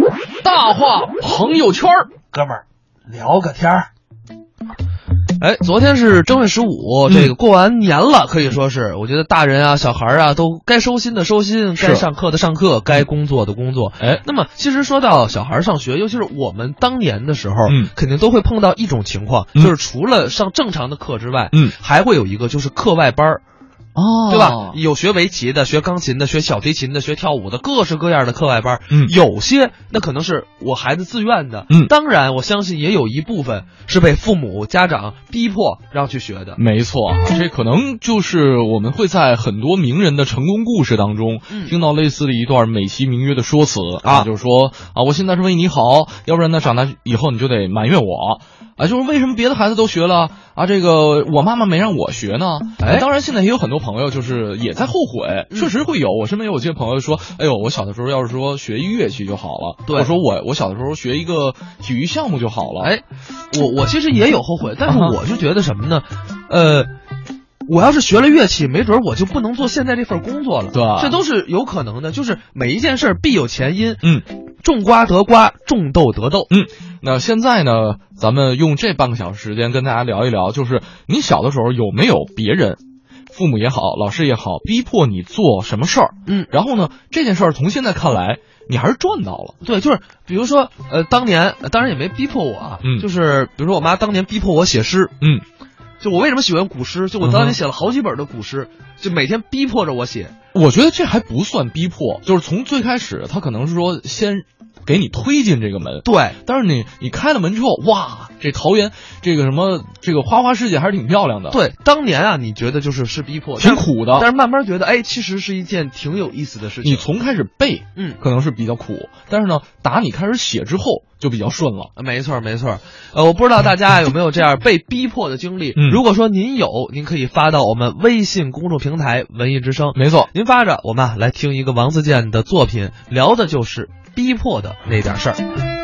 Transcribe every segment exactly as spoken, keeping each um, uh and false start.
大话朋友圈， 哥们儿聊个天儿。 哎，昨天是正月十五，这个过完年了，可以说是，我觉得大人啊、小孩啊都该收心的收心，该上课的上课，该工作的工作。哎，那么其实说到小孩上学，尤其是我们当年的时候， 嗯， 肯定都会碰到一种情况， 嗯、 就是除了上正常的课之外， 嗯， 还会有一个就是课外班儿。 哦， 对吧？有学围棋的，学钢琴的，学小提琴的，学跳舞的，各式各样的课外班。 嗯， 有些那可能是我孩子自愿的。 嗯， 当然，我相信也有一部分是被父母、家长逼迫让去学的。 没错，这可能就是我们会在很多名人的成功故事当中、嗯、听到类似的一段美其名曰的说辞啊，就是说啊，我现在是为你好，要不然呢，长大以后你就得埋怨我。啊，就是为什么别的孩子都学了啊，这个我妈妈没让我学呢？哎，当然现在也有很多朋友就是也在后悔，确实会有。我身边有些朋友说，哎呦，我小的时候要是说学乐器就好了， 对， 或者说我我小的时候学一个体育项目就好了。 哎，我我其实也有后悔，但是我是觉得什么呢？呃。我要是学了乐器，没准我就不能做现在这份工作了。 对， 这都是有可能的。就是每一件事必有前因。 嗯， 种瓜得瓜，种豆得豆。 嗯，那现在呢，咱们用这半个小时时间跟大家聊一聊，就是你小的时候有没有别人，父母也好，老师也好，逼迫你做什么事儿？ 嗯， 然后呢，这件事儿从现在看来，你还是赚到了。 对，就是比如说，呃，当年当然也没逼迫我啊， 嗯， 就是比如说我妈当年逼迫我写诗， 嗯。 就我为什么喜欢古诗？就我当年写了好几本的古诗，嗯、就每天逼迫着我写。 我觉得这还不算逼迫，就是从最开始，他可能是说先给你推进这个门， 对。 但是你你开了门之后，哇，这桃园这个什么这个花花世界还是挺漂亮的。 对，当年啊，你觉得就是是逼迫， 挺苦的， 但是慢慢觉得，哎，其实是一件挺有意思的事情。 你从开始背， 嗯， 可能是比较苦，但是呢，打你开始写之后就比较顺了。 没错，没错。呃，我不知道大家有没有这样被逼迫的经历。 嗯， 如果说您有，您可以发到我们微信公众平台文艺之声。 没错， 您发着，我们、啊、来听一个王自健的作品，聊的就是逼迫的那点事儿。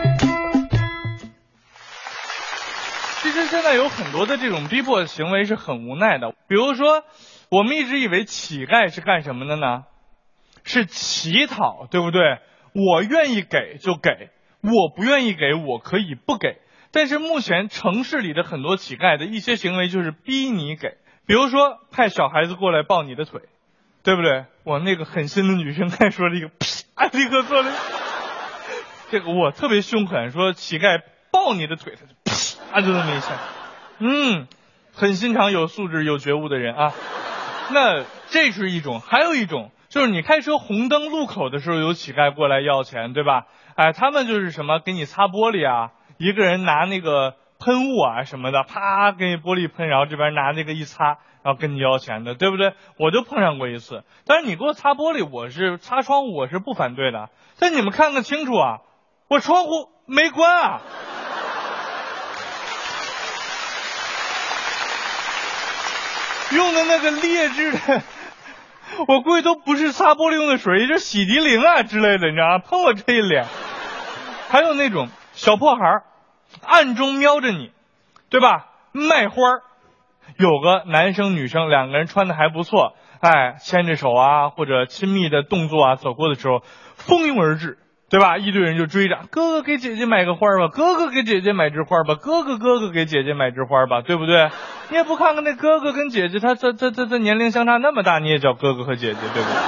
其实现在有很多的这种逼迫行为是很无奈的，比如说我们一直以为乞丐是干什么的呢？是乞讨，对不对？我愿意给就给，我不愿意给我可以不给。但是目前城市里的很多乞丐的一些行为就是逼你给，比如说派小孩子过来抱你的腿，对不对？我那个狠心的女生还说了一个啪，立刻做了这个我特别凶狠，说乞丐抱你的腿，他就啪就那么一下。嗯，很心肠、有素质、有觉悟的人啊。那这是一种，还有一种就是你开车红灯路口的时候有乞丐过来要钱，对吧？哎，他们就是什么给你擦玻璃啊，一个人拿那个喷雾啊什么的，啪给你玻璃喷，然后这边拿那个一擦，然后跟你要钱的，对不对？我就碰上过一次。但是你给我擦玻璃，我是擦窗户，我是不反对的。但你们看看清楚啊，我窗户没关啊。用的那个劣质的，我估计都不是擦玻璃用的水，也就是洗涤灵啊之类的，你知道吗？碰我这一脸。还有那种小破孩暗中瞄着你，对吧？卖花，有个男生女生两个人穿的还不错，哎，牵着手啊或者亲密的动作啊走过的时候蜂拥而至，对吧？一堆人就追着，哥哥给姐姐买个花吧，哥哥给姐姐买枝花吧，哥哥哥哥给姐姐买枝花吧，对不对？你也不看看那哥哥跟姐姐，他这这这这年龄相差那么大，你也叫哥哥和姐姐，对不对？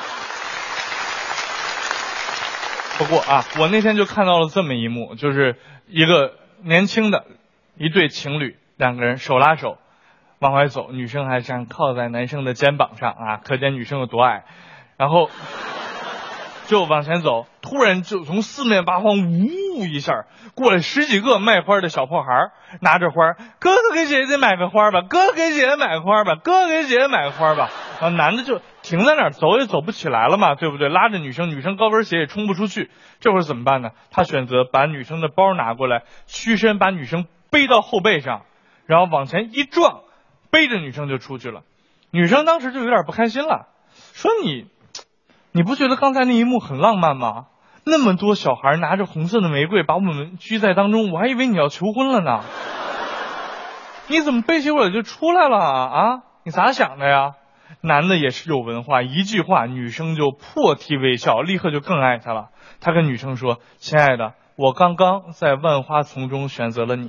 不过啊，我那天就看到了这么一幕，就是一个年轻的一对情侣，两个人手拉手往外走，女生还这样靠在男生的肩膀上啊，可见女生有多矮，然后就往前走，突然就从四面八方呜一下过来十几个卖花的小破孩，拿着花，哥哥给姐姐买个花吧，哥哥给姐姐买个花吧，哥哥给姐姐买个花吧。然后男的就停在那儿，走也走不起来了嘛，对不对？拉着女生，女生高跟鞋也冲不出去，这会儿怎么办呢？他选择把女生的包拿过来，屈身把女生背到后背上，然后往前一撞，背着女生就出去了。女生当时就有点不开心了，说你你不觉得刚才那一幕很浪漫吗？那么多小孩拿着红色的玫瑰把我们拘在当中，我还以为你要求婚了呢。你怎么背起我就出来了啊？你咋想的呀？ 男的也是有文化，一句话女生就破涕为笑，立刻就更爱他了。他跟女生说：亲爱的，我刚刚在万花丛中选择了你。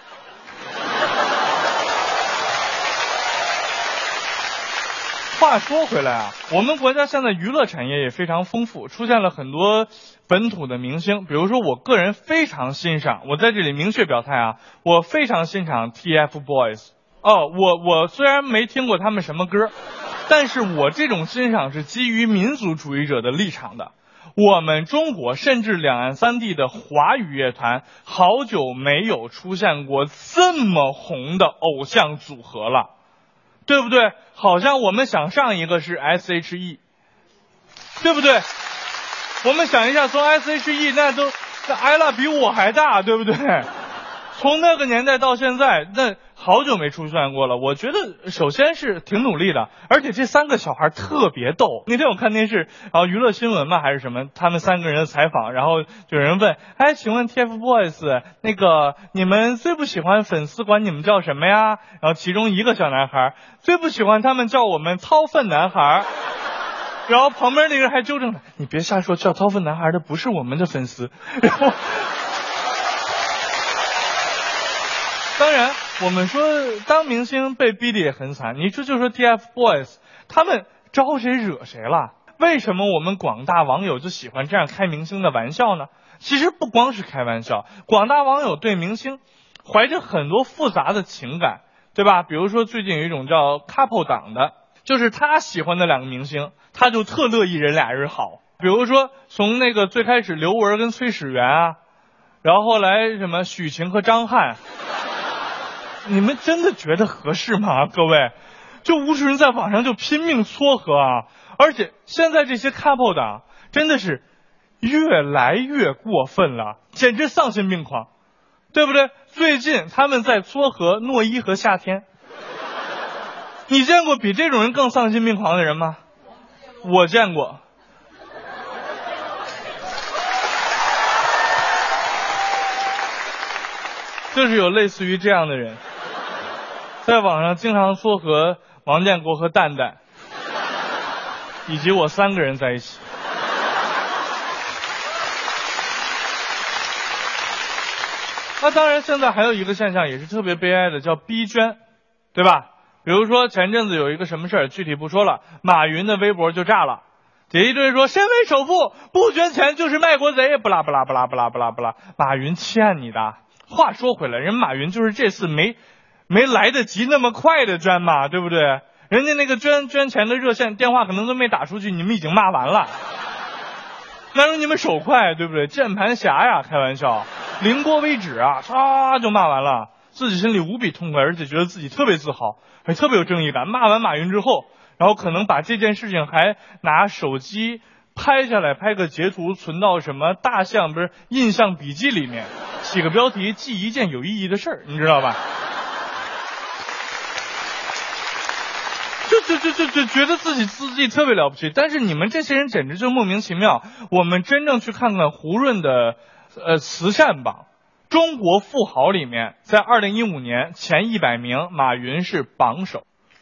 话说回来啊，我们国家现在娱乐产业也非常丰富，出现了很多本土的明星。比如说我个人非常欣赏，我在这里明确表态啊，我非常欣赏 T F Boys。 哦，我我虽然没听过他们什么歌，但是我这种欣赏是基于民族主义者的立场的。我们中国甚至两岸三地的华语乐团好久没有出现过这么红的偶像组合了，对不对？好像我们想上一个是 S H E， 对不对？我们想一下，从 S H E 那都那 ella 比我还大，对不对？从那个年代到现在，那好久没出现过了。我觉得首先是挺努力的，而且这三个小孩特别逗。那天我看电视，然后娱乐新闻嘛还是什么，他们三个人的采访，然后就有人问：哎，请问 T F Boys 那个你们最不喜欢粉丝管你们叫什么呀？然后其中一个小男孩最不喜欢他们叫我们掏粪男孩。然后旁边那个人还纠正了：你别瞎说，叫掏粪男孩的不是我们的粉丝。然后当然我们说当明星被逼的也很惨，你这就说 T F Boys 他们招谁惹谁了？为什么我们广大网友就喜欢这样开明星的玩笑呢？其实不光是开玩笑，广大网友对明星怀着很多复杂的情感，对吧？比如说最近有一种叫 couple 党的，就是他喜欢的两个明星，他就特乐意人俩人好。比如说从那个最开始刘雯跟崔始源啊，然后后来什么许晴和张翰，你们真的觉得合适吗？各位，就无数人在网上就拼命撮合啊！而且现在这些 couple 党真的是越来越过分了，简直丧心病狂，对不对？最近他们在撮合诺一和夏天，你见过比这种人更丧心病狂的人吗？我见过。就是有类似于这样的人，在网上经常撮合王建国和蛋蛋，以及我三个人在一起。那当然现在还有一个现象也是特别悲哀的，叫逼捐，对吧？比如说前阵子有一个什么事儿，具体不说了，马云的微博就炸了，底下一堆人说身为首富不捐钱就是卖国贼，不啦不啦不啦不啦不啦不啦，马云欠你的。话说回来，人马云就是这次没没来得及那么快的捐嘛，对不对？人家那个捐捐钱的热线电话可能都没打出去，你们已经骂完了。哪有你们手快，对不对？键盘侠呀，开玩笑，凌波微止啊，唰就骂完了，自己心里无比痛快，而且觉得自己特别自豪，还特别有正义感。骂完马云之后，然后可能把这件事情还拿手机拍下来，拍个截图存到什么大象不是印象笔记里面，起个标题，记一件有意义的事儿，你知道吧？就就就就就觉得自己自己特别了不起，但是你们这些人简直就莫名其妙。我们真正去看看胡润的呃慈善榜，中国富豪里面，在二零一五年前一百名，马云是榜首。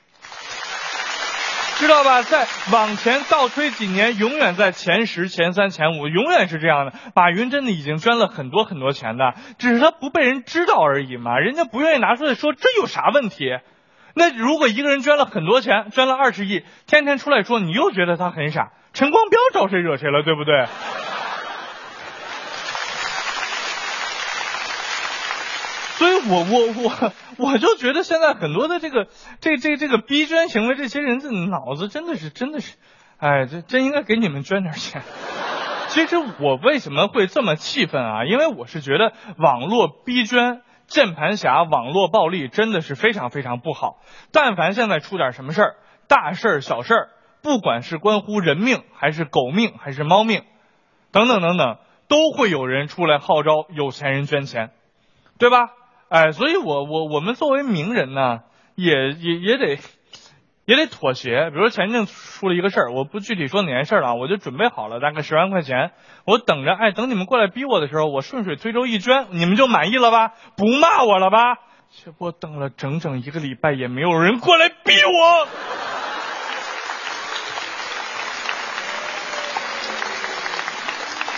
知道吧？在往前倒推几年，永远在前十、前三、前五，永远是这样的。马云真的已经捐了很多很多钱的，只是他不被人知道而已嘛。人家不愿意拿出来说，这有啥问题？那如果一个人捐了很多钱，捐了二十亿，天天出来说，你又觉得他很傻。陈光标招谁惹谁了，对不对？所以我我我我就觉得现在很多的这个这这这个逼捐行为，这些人的脑子真的是真的是，哎，这真应该给你们捐点钱。其实我为什么会这么气愤啊？因为我是觉得网络逼捐、键盘侠、网络暴力真的是非常非常不好。但凡现在出点什么事儿，大事儿小事儿，不管是关乎人命还是狗命还是猫命，等等等等，都会有人出来号召有钱人捐钱，对吧？哎，所以我我我们作为名人呢，也也也得也得妥协。比如说前阵出了一个事儿，我不具体说哪件事了，我就准备好了大概十万块钱，我等着，哎，等你们过来逼我的时候，我顺水推舟一捐，你们就满意了吧？不骂我了吧？结果等了整整一个礼拜，也没有人过来逼我。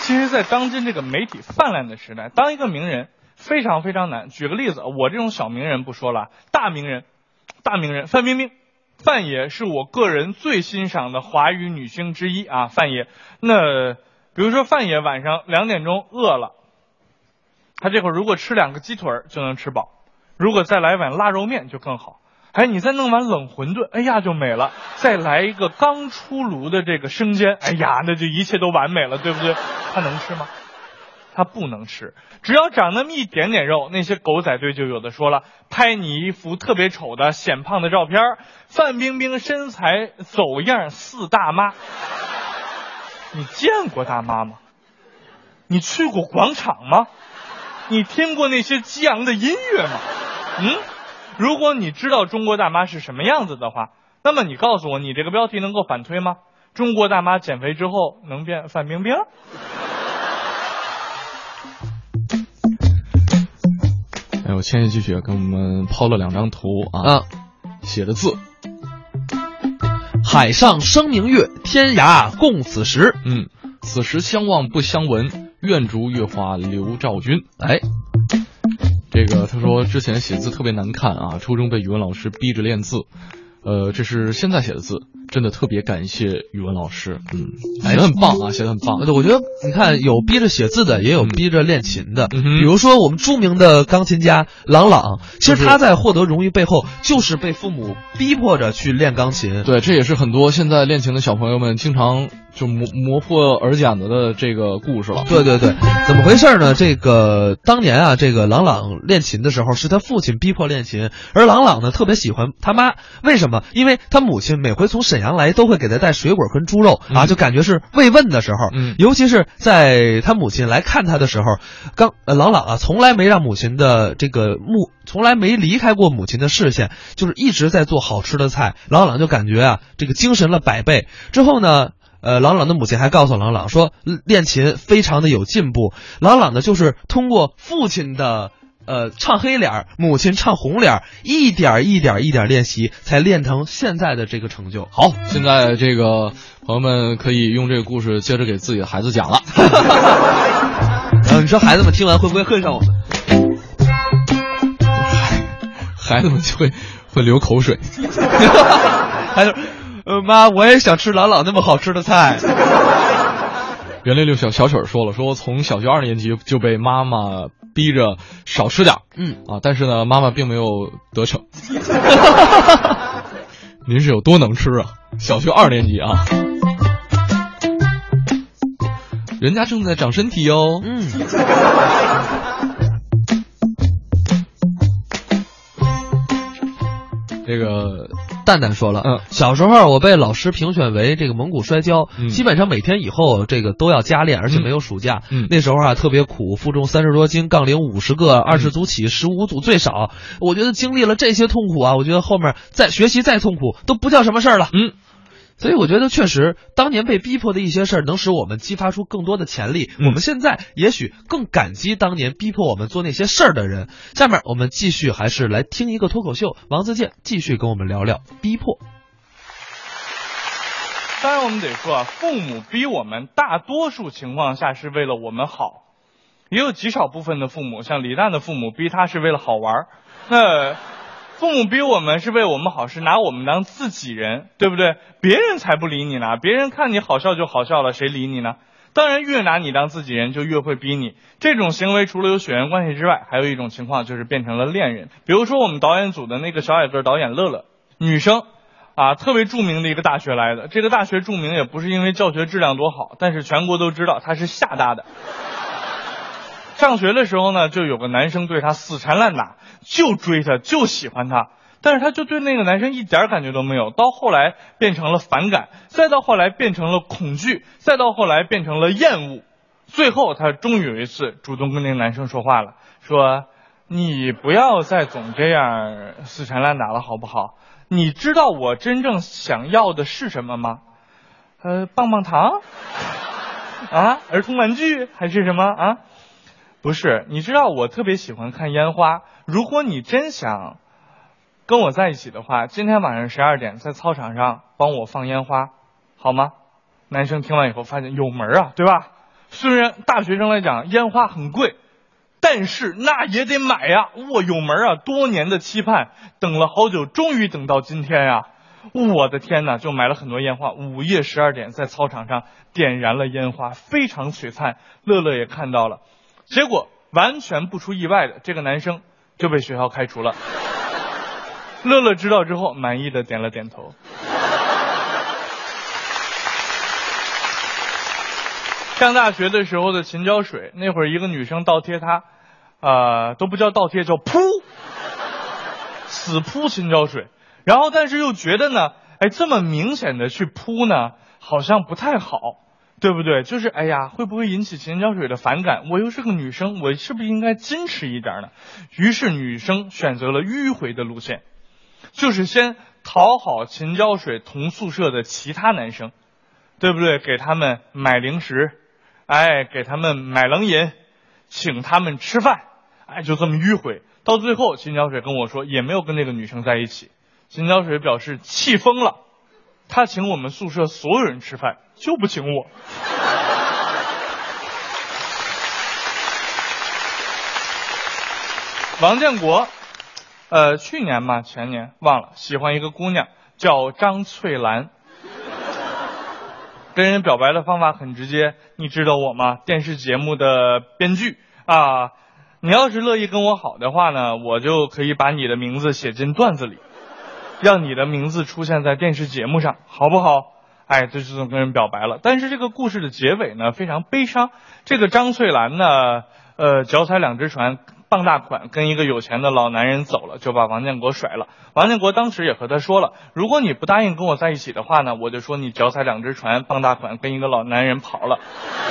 其实在当今这个媒体泛滥的时代，当一个名人非常非常难。举个例子，我这种小名人不说了，大名人，大名人范冰冰，范爷是我个人最欣赏的华语女星之一啊，范爷。那比如说范爷晚上两点钟饿了，他这会儿如果吃两个鸡腿就能吃饱，如果再来碗腊肉面就更好。哎，你再弄碗冷馄饨，哎呀就美了。再来一个刚出炉的这个生煎，哎呀，那就一切都完美了，对不对？他能吃吗？他不能吃。只要长那么一点点肉，那些狗仔队就有的说了，拍你一幅特别丑的显胖的照片，范冰冰身材走样似大妈。你见过大妈吗？你去过广场吗？你听过那些激昂的音乐吗？嗯，如果你知道中国大妈是什么样子的话，那么你告诉我，你这个标题能够反推吗？中国大妈减肥之后能变范冰冰？ 哎，我千叶继续给我们抛了两张图啊， 啊写的字， 海上生明月，天涯共此时。 嗯，此时相望不相闻，愿逐月华流照君。 哎， 这个他说之前写字特别难看啊，初中被语文老师逼着练字，呃，这是现在写的字，真的特别感谢语文老师，嗯，写得很棒啊，写得很棒。 我觉得你看，有逼着写字的，也有逼着练琴的。 嗯、 比如说我们著名的钢琴家郎朗，其实他在获得荣誉背后，就是被父母逼迫着去练钢琴。 对，这也是很多现在练琴的小朋友们经常就磨磨破耳茧子的这个故事了。 对对对，怎么回事呢？这个当年啊，这个郎朗练琴的时候，是他父亲逼迫练琴，而郎朗呢特别喜欢他妈，为什么？因为他母亲每回从沈阳来，都会给他带水果跟猪肉啊，就感觉是慰问的时候。 嗯， 尤其是在他母亲来看他的时候，刚呃郎朗啊，从来没让母亲的这个目，从来没离开过母亲的视线，就是一直在做好吃的菜。郎朗就感觉啊，这个精神了百倍。之后呢？呃，郎朗的母亲还告诉郎朗说，练琴非常的有进步。郎朗呢，就是通过父亲的呃唱黑脸，母亲唱红脸，一点一点一点练习，才练成现在的这个成就。 好，现在这个朋友们可以用这个故事接着给自己的孩子讲了。 然后你说孩子们听完会不会恨上我们？ 孩子们就会会流口水。 还有。呃，妈，我也想吃郎朗那么好吃的菜。 袁六六小小曲说了，说从小学二年级就被妈妈逼着少吃点， 嗯啊，但是呢，妈妈并没有得逞。您是有多能吃啊？小学二年级啊，人家正在长身体哦。 嗯。 这个蛋蛋说了， 嗯， 小时候我被老师评选为这个蒙古摔跤， 嗯、 基本上每天以后这个都要加练，而且没有暑假。 嗯， 那时候啊特别苦，负重三十多斤，杠铃五十个，二十组起，十五组最少。我觉得经历了这些痛苦啊，我觉得后面再学习再痛苦都不叫什么事儿了。 嗯。 所以我觉得确实，当年被逼迫的一些事儿，能使我们激发出更多的潜力。 嗯、 我们现在也许更感激当年逼迫我们做那些事儿的人。下面我们继续还是来听一个脱口秀，王自健继续跟我们聊聊逼迫。 当然我们得说啊，父母逼我们大多数情况下是为了我们好，也有极少部分的父母，像李诞的父母逼他是为了好玩。那父母逼我们是为我们好，是拿我们当自己人，对不对？别人才不理你呢，别人看你好笑就好笑了，谁理你呢？当然越拿你当自己人就越会逼你。这种行为除了有血缘关系之外，还有一种情况就是变成了恋人。比如说我们导演组的那个小矮个导演乐乐，女生啊，特别著名的一个大学来的。这个大学著名也不是因为教学质量多好，但是全国都知道她是厦大的。上学的时候呢，就有个男生对她死缠烂打，就追她，就喜欢她，但是她就对那个男生一点感觉都没有。到后来变成了反感，再到后来变成了恐惧，再到后来变成了厌恶。最后她终于有一次主动跟那个男生说话了，说你不要再总这样死缠烂打了好不好？你知道我真正想要的是什么吗？呃，棒棒糖啊，儿童玩具还是什么啊？不是，你知道我特别喜欢看烟花，如果你真想跟我在一起的话，今天晚上十二点在操场上帮我放烟花好吗？男生听完以后发现有门啊，对吧？ 虽然大学生来讲烟花很贵，但是那也得买呀，我有门啊，多年的期盼，等了好久，终于等到今天呀。我的天哪，就买了很多烟花，午夜十二点在操场上点燃了烟花，非常璀璨。乐乐也看到了，结果完全不出意外的，这个男生就被学校开除了。乐乐知道之后满意的点了点头。上大学的时候的秦椒水，那会儿一个女生倒贴他，呃，都不叫倒贴，叫扑，死扑秦椒水。然后但是又觉得呢，哎，这么明显的去扑呢，好像不太好，对不对？就是哎呀，会不会引起秦椒水的反感？我又是个女生，我是不是应该矜持一点呢？于是女生选择了迂回的路线，就是先讨好秦椒水同宿舍的其他男生，对不对？给他们买零食，哎，给他们买冷饮，请他们吃饭，哎，就这么迂回。到最后秦椒水跟我说也没有跟那个女生在一起。秦椒水表示气疯了，他请我们宿舍所有人吃饭，就不请我。王建国，呃，去年嘛，前年忘了，喜欢一个姑娘叫张翠兰，跟人表白的方法很直接，你知道我吗？电视节目的编剧啊，你要是乐意跟我好的话呢，我就可以把你的名字写进段子里。让你的名字出现在电视节目上，好不好？哎，这就跟人表白了。但是这个故事的结尾呢，非常悲伤。这个张翠兰呢，呃，脚踩两只船，傍大款，跟一个有钱的老男人走了，就把王建国甩了。王建国当时也和他说了，如果你不答应跟我在一起的话呢，我就说你脚踩两只船，傍大款，跟一个老男人跑了。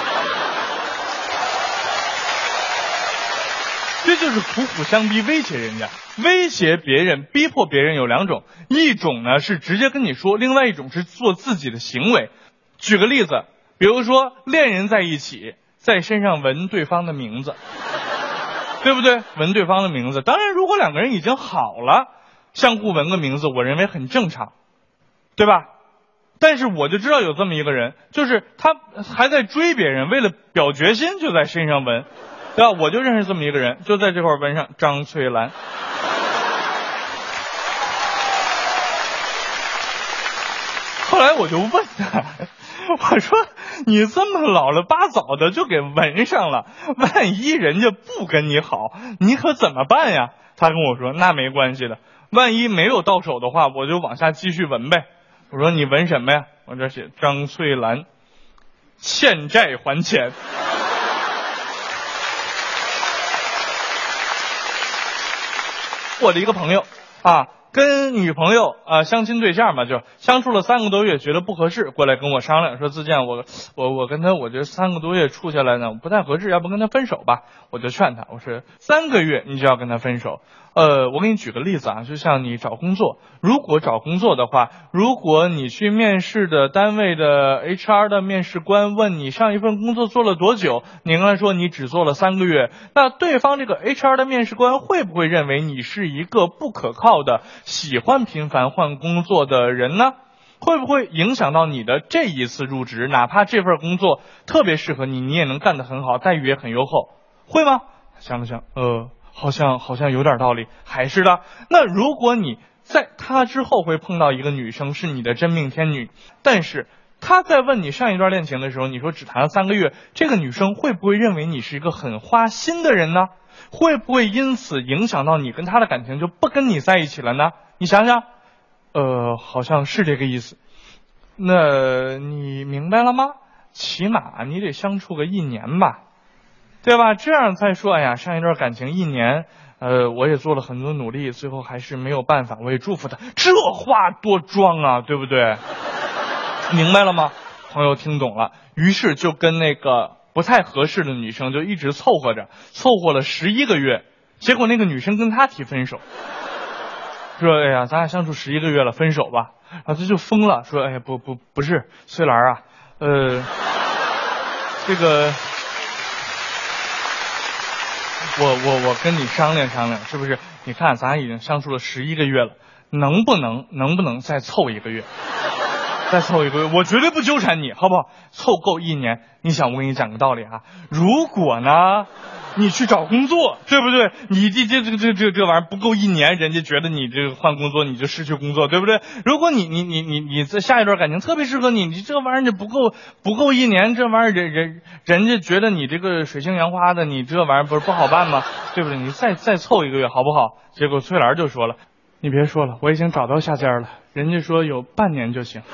这就是苦苦相逼，威胁人家，威胁别人，逼迫别人有两种，一种呢是直接跟你说，另外一种是做自己的行为。举个例子，比如说恋人在一起，在身上闻对方的名字，对不对？闻对方的名字。当然如果两个人已经好了，相互闻个名字，我认为很正常，对吧？但是我就知道有这么一个人，就是他还在追别人，为了表决心就在身上闻，对吧？我就认识这么一个人，就在这块纹上张翠兰。后来我就问他，我说你这么老了八早的就给纹上了，万一人家不跟你好，你可怎么办呀？他跟我说那没关系的，万一没有到手的话，我就往下继续纹呗。我说你纹什么呀？我这写张翠兰，欠债还钱。我的一个朋友啊，跟女朋友啊相亲对象嘛，就相处了三个多月，觉得不合适，过来跟我商量说，自荐我我我跟他，我觉得三个多月处下来呢不太合适，要不跟他分手吧？我就劝他，我说三个月你就要跟他分手。呃，我给你举个例子啊，就像你找工作，如果找工作的话，如果你去面试的单位的 H R 的面试官问你上一份工作做了多久，你刚才说你只做了三个月，那对方这个 H R 的面试官会不会认为你是一个不可靠的、喜欢频繁换工作的人呢？会不会影响到你的这一次入职？哪怕这份工作特别适合你，你也能干得很好，待遇也很优厚，会吗？想了想，呃。好像好像有点道理，还是的。那如果你在他之后会碰到一个女生是你的真命天女，但是他在问你上一段恋情的时候，你说只谈了三个月，这个女生会不会认为你是一个很花心的人呢？会不会因此影响到你跟他的感情，就不跟你在一起了呢？你想想，呃，好像是这个意思。那你明白了吗？起码你得相处个一年吧。对吧？这样再说，哎呀，上一段感情一年，呃，我也做了很多努力，最后还是没有办法，我也祝福他。这话多装啊，对不对？明白了吗？朋友听懂了，于是就跟那个不太合适的女生就一直凑合着，凑合了十一个月，结果那个女生跟他提分手，说，哎呀，咱俩相处十一个月了，分手吧。然后他就疯了，说，哎呀，不不不是，翠兰啊，呃，这个。我我我跟你商量商量，是不是？你看咱已经相处了十一个月了，能不能能不能再凑一个月？ 再凑一个月，我绝对不纠缠你，好不好？凑够一年，你想我给你讲个道理啊？如果呢，你去找工作，对不对？你这这这这这这玩意儿不够一年，人家觉得你这个换工作你就失去工作，对不对？如果你你你你你在下一段感情特别适合你，你这玩意儿就不够不够一年，这玩意儿人人人家觉得你这个水性杨花的，你这玩意儿不是不好办吗？对不对？你再再凑一个月好不好？结果翠兰就说了，你别说了，我已经找到下家了，人家说有半年就行。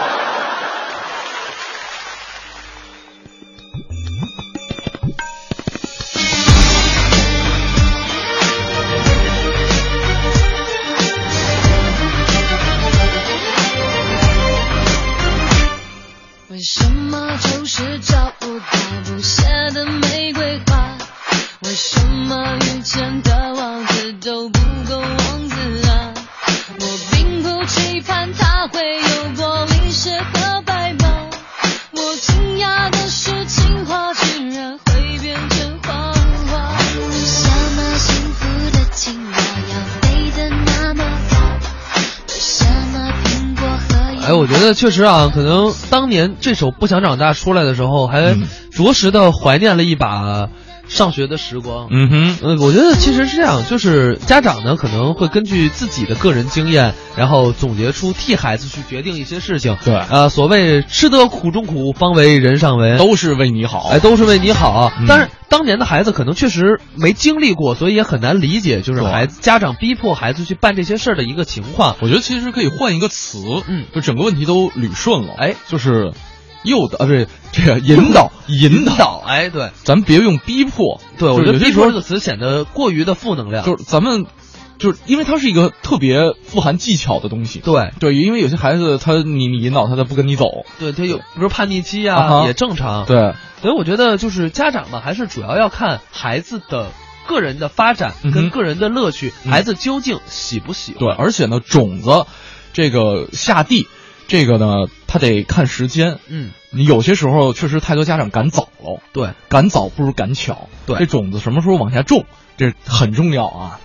为什么就是找不到不谢的玫瑰花？为什么遇见的王子都不够王子啊？我并不期盼他会有过历史和白马，我惊讶的是情话居然会变成谎话。为什么幸福的青蛙要飞得那么高？为什么苹果和哎，我觉得确实啊，可能当年这首《不想长大》出来的时候，还着实的怀念了一把上学的时光。 嗯哼， 呃，我觉得其实是这样，就是家长呢可能会根据自己的个人经验，然后总结出替孩子去决定一些事情。 对， 呃，所谓吃得苦中苦，方为人上人， 都是为你好， 哎，都是为你好。 嗯、 但是当年的孩子可能确实没经历过，所以也很难理解，就是孩子家长逼迫孩子去办这些事儿的一个情况。 我觉得其实可以换一个词， 嗯， 就整个问题都捋顺了。 哎， 就是诱导，啊，不是这个引导，引导， 哎，对， 咱别用逼迫， 对，我觉得逼迫这个词显得过于的负能量。 就是咱们，就是因为它是一个特别富含技巧的东西。 对对，因为有些孩子他你你引导他，他不跟你走， 对他有比如叛逆期啊， 啊也正常。 对， 所以我觉得就是家长嘛，还是主要要看孩子的个人的发展跟个人的乐趣， 嗯、 孩子究竟喜不喜欢。 对，而且呢，种子这个下地。这个呢，他得看时间。 嗯， 你有些时候确实太多家长赶早了。 对， 赶早不如赶巧。 对， 这种子什么时候往下种，这很重要啊。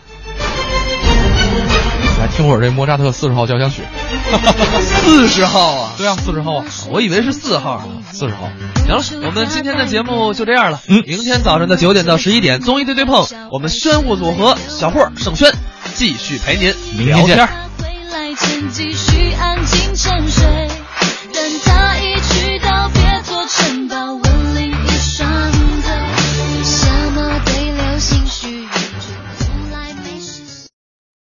来听会儿这莫扎特四十号交响曲。 四十号啊？ 对啊，四十号啊， 我以为是四号。 四十号。 行了，我们今天的节目就这样了。 嗯， 明天早上的九点到十一点，综艺对对碰，我们宣武组合小霍、盛轩继续陪您聊天。 未来前继续安